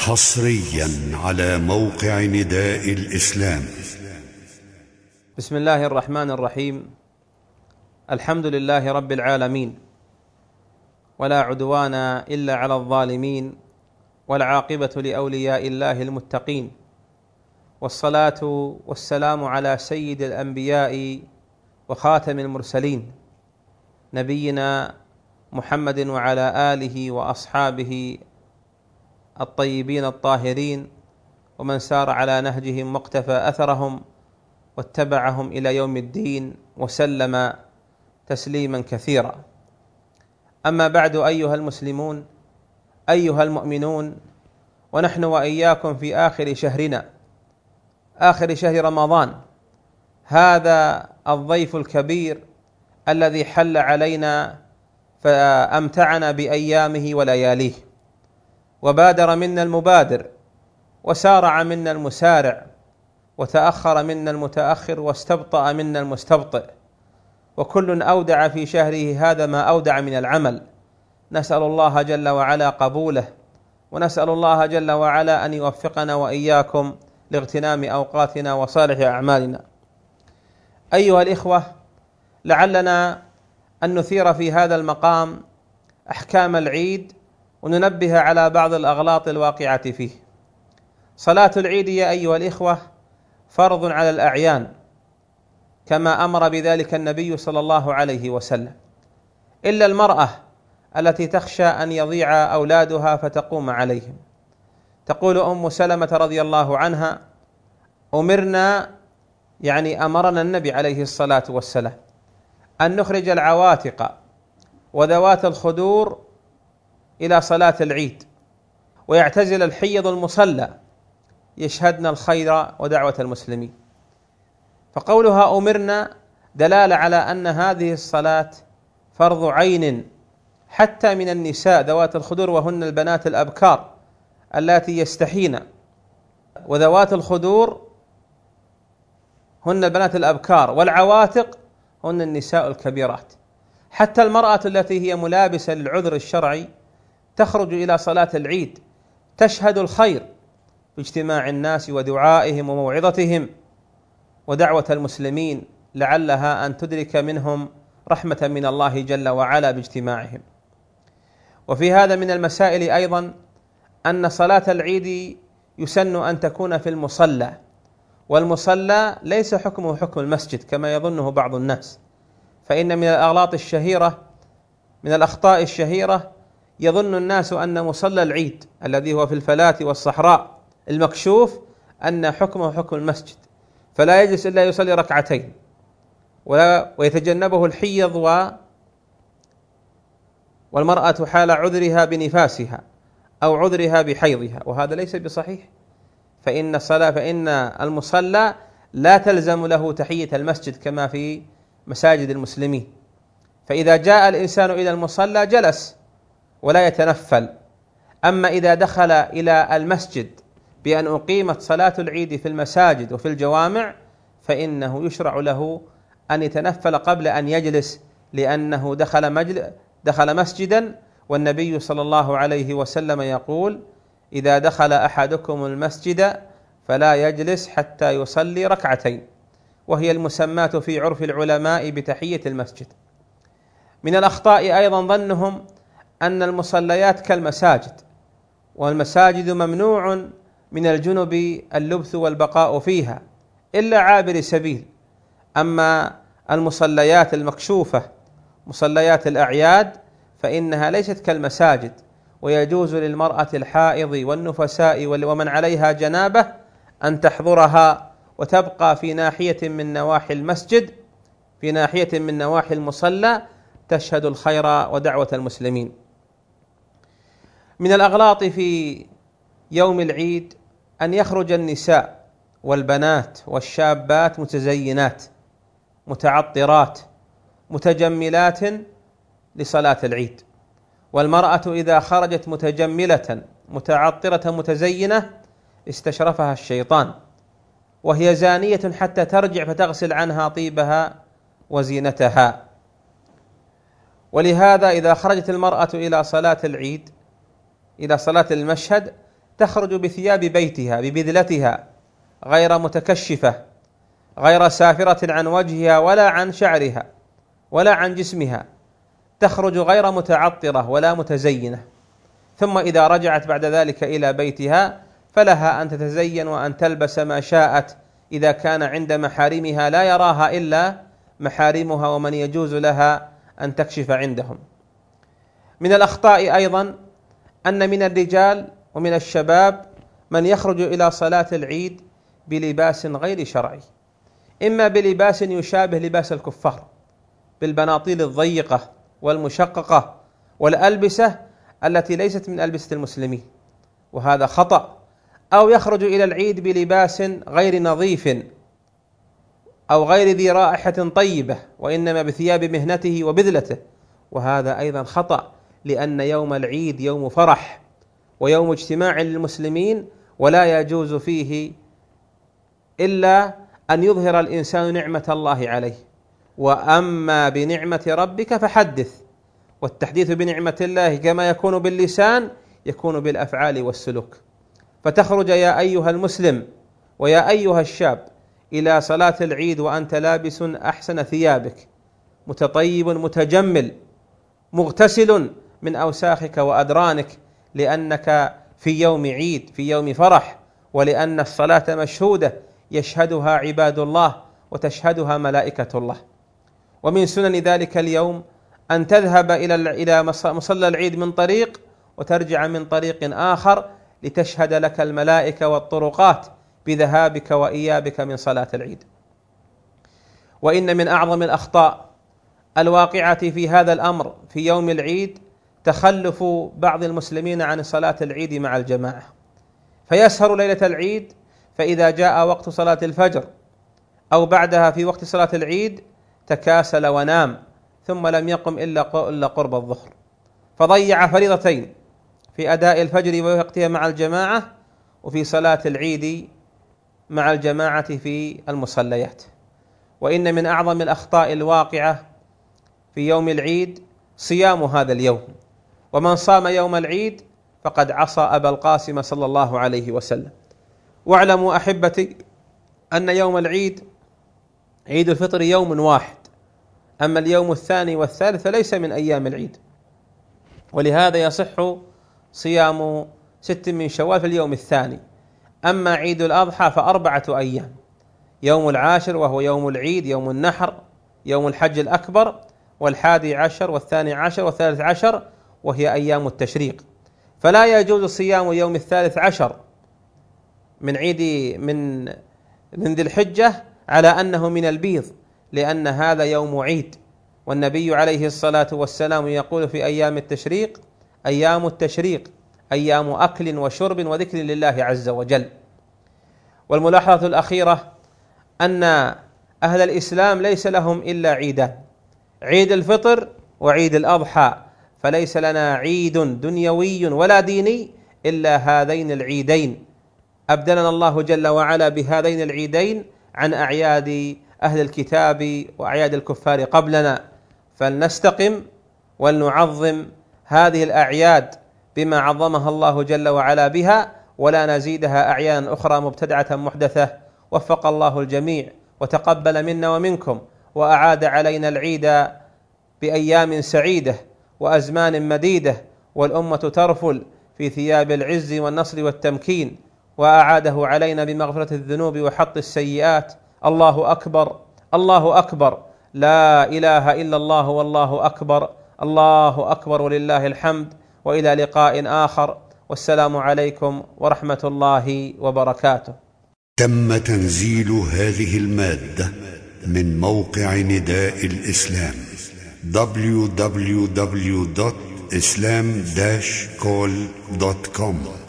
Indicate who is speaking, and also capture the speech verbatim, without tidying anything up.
Speaker 1: حصريا على موقع نداء الإسلام.
Speaker 2: بسم الله الرحمن الرحيم. الحمد لله رب العالمين، ولا عدوان إلا على الظالمين، والعاقبة لأولياء الله المتقين، والصلاة والسلام على سيد الأنبياء وخاتم المرسلين نبينا محمد وعلى آله وأصحابه الطيبين الطاهرين، ومن سار على نهجهم واقتفى أثرهم واتبعهم إلى يوم الدين وسلم تسليما كثيرا. أما بعد، أيها المسلمون، أيها المؤمنون، ونحن وإياكم في آخر شهرنا، آخر شهر رمضان، هذا الضيف الكبير الذي حل علينا فأمتعنا بأيامه ولياليه، وبادر منا المبادر، وسارع منا المسارع، وتأخر منا المتأخر، واستبطأ منا المستبطئ، وكل أودع في شهره هذا ما أودع من العمل. نسأل الله جل وعلا قبوله، ونسأل الله جل وعلا أن يوفقنا وإياكم لاغتنام أوقاتنا وصالح أعمالنا. أيها الإخوة، لعلنا أن نثير في هذا المقام أحكام العيد، وننبه على بعض الأغلاط الواقعة فيه. صلاة العيد يا أيها الإخوة فرض على الأعيان، كما أمر بذلك النبي صلى الله عليه وسلم، إلا المرأة التي تخشى أن يضيع أولادها فتقوم عليهم. تقول أم سلمة رضي الله عنها: أمرنا، يعني أمرنا النبي عليه الصلاة والسلام، أن نخرج العواتق وذوات الخدور إلى صلاة العيد، ويعتزل الحيض المصلى يشهدن الخير ودعوة المسلمين. فقولها أمرنا دلالة على أن هذه الصلاة فرض عين حتى من النساء ذوات الخدور، وهن البنات الأبكار اللاتي يستحين، وذوات الخدور هن البنات الأبكار، والعواتق هن النساء الكبيرات. حتى المرأة التي هي ملابسة للعذر الشرعي تخرج إلى صلاة العيد، تشهد الخير باجتماع الناس ودعائهم وموعظتهم ودعوة المسلمين، لعلها أن تدرك منهم رحمة من الله جل وعلا باجتماعهم. وفي هذا من المسائل أيضا أن صلاة العيد يسن أن تكون في المصلى، والمصلى ليس حكمه حكم المسجد كما يظنه بعض الناس، فإن من الأغلاط الشهيرة، من الأخطاء الشهيرة، يظن الناس أن مصلى العيد الذي هو في الفلاة والصحراء المكشوف أن حكمه حكم المسجد، فلا يجلس إلا يصلي ركعتين، ويتجنبه الحيض و والمرأة حال عذرها بنفاسها أو عذرها بحيضها، وهذا ليس بصحيح. فإن الصلاة فإن المصلى لا تلزم له تحية المسجد كما في مساجد المسلمين، فإذا جاء الإنسان إلى المصلى جلس ولا يتنفل. أما إذا دخل إلى المسجد بأن أقيمت صلاة العيد في المساجد وفي الجوامع، فإنه يشرع له أن يتنفل قبل أن يجلس، لأنه دخل, مجل دخل مسجدا، والنبي صلى الله عليه وسلم يقول: إذا دخل أحدكم المسجد فلا يجلس حتى يصلي ركعتين، وهي المسماة في عرف العلماء بتحية المسجد. من الأخطاء أيضا ظنهم أن المصليات كالمساجد، والمساجد ممنوع من الجنب اللبث والبقاء فيها إلا عابر سبيل. أما المصليات المكشوفة، مصليات الأعياد، فإنها ليست كالمساجد، ويجوز للمرأة الحائض والنفساء ومن عليها جنابة أن تحضرها وتبقى في ناحية من نواحي المسجد، في ناحية من نواحي المصلى، تشهد الخير ودعوة المسلمين. من الأغلاط في يوم العيد أن يخرج النساء والبنات والشابات متزينات متعطرات متجملات لصلاة العيد. والمرأة إذا خرجت متجملة متعطرة متزينة استشرفها الشيطان، وهي زانية حتى ترجع فتغسل عنها طيبها وزينتها. ولهذا إذا خرجت المرأة إلى صلاة العيد، إلى صلاة المشهد، تخرج بثياب بيتها ببذلتها غير متكشفة، غير سافرة عن وجهها ولا عن شعرها ولا عن جسمها، تخرج غير متعطرة ولا متزينة. ثم إذا رجعت بعد ذلك إلى بيتها فلها أن تتزين وأن تلبس ما شاءت إذا كان عند محارمها لا يراها إلا محارمها ومن يجوز لها أن تكشف عندهم. من الأخطاء أيضا أن من الرجال ومن الشباب من يخرج إلى صلاة العيد بلباس غير شرعي، إما بلباس يشابه لباس الكفار بالبناطيل الضيقة والمشققة والألبسة التي ليست من ألبسة المسلمين، وهذا خطأ، أو يخرج إلى العيد بلباس غير نظيف أو غير ذي رائحة طيبة وإنما بثياب مهنته وبذلته، وهذا أيضا خطأ، لأن يوم العيد يوم فرح ويوم اجتماع للمسلمين، ولا يجوز فيه إلا أن يظهر الإنسان نعمة الله عليه. وأما بنعمة ربك فحدث، والتحديث بنعمة الله كما يكون باللسان يكون بالأفعال والسلوك. فتخرج يا أيها المسلم ويا أيها الشاب إلى صلاة العيد وأنت لابس أحسن ثيابك، متطيب متجمل مغتسل من أوساخك وأدرانك، لأنك في يوم عيد، في يوم فرح، ولأن الصلاة مشهودة يشهدها عباد الله وتشهدها ملائكة الله. ومن سنن ذلك اليوم أن تذهب إلى إلى مصلى العيد من طريق وترجع من طريق آخر لتشهد لك الملائكة والطرقات بذهابك وإيابك من صلاة العيد. وإن من أعظم الأخطاء الواقعة في هذا الأمر في يوم العيد تخلف بعض المسلمين عن صلاة العيد مع الجماعة، فيسهر ليلة العيد، فإذا جاء وقت صلاة الفجر أو بعدها في وقت صلاة العيد تكاسل ونام، ثم لم يقم إلا قرب الظهر، فضيع فريضتين في أداء الفجر ووقتها مع الجماعة وفي صلاة العيد مع الجماعة في المصليات. وإن من أعظم الأخطاء الواقعة في يوم العيد صيام هذا اليوم، ومن صام يوم العيد فقد عصى أبا القاسم صلى الله عليه وسلم. واعلموا أحبتي أن يوم العيد عيد الفطر يوم واحد، أما اليوم الثاني والثالث فليس من أيام العيد، ولهذا يصح صيام ست من شوال في اليوم الثاني. أما عيد الأضحى فأربعة أيام، يوم العاشر وهو يوم العيد، يوم النحر، يوم الحج الأكبر، والحادي عشر والثاني عشر والثالث عشر وهي أيام التشريق. فلا يجوز صيام يوم الثالث عشر من عيد من من ذي الحجة على أنه من البيض، لأن هذا يوم عيد، والنبي عليه الصلاة والسلام يقول في أيام التشريق: أيام التشريق أيام أكل وشرب وذكر لله عز وجل. والملاحظة الأخيرة أن أهل الإسلام ليس لهم إلا عيدان: عيد الفطر وعيد الأضحى، فليس لنا عيد دنيوي ولا ديني إلا هذين العيدين، أبدلنا الله جل وعلا بهذين العيدين عن أعياد أهل الكتاب وأعياد الكفار قبلنا، فلنستقم ولنعظم هذه الأعياد بما عظمها الله جل وعلا بها، ولا نزيدها أعيادا أخرى مبتدعة محدثة. وفق الله الجميع وتقبل منا ومنكم، وأعاد علينا العيد بأيام سعيدة وأزمان مديدة، والأمة ترفل في ثياب العز والنصر والتمكين، وأعاده علينا بمغفرة الذنوب وحط السيئات. الله أكبر، الله أكبر، لا إله إلا الله والله أكبر، الله أكبر ولله الحمد، وإلى لقاء آخر، والسلام عليكم ورحمة الله وبركاته.
Speaker 1: تم تنزيل هذه المادة من موقع نداء الإسلام دبليو دبليو دبليو دوت إسلام داش كول دوت كوم.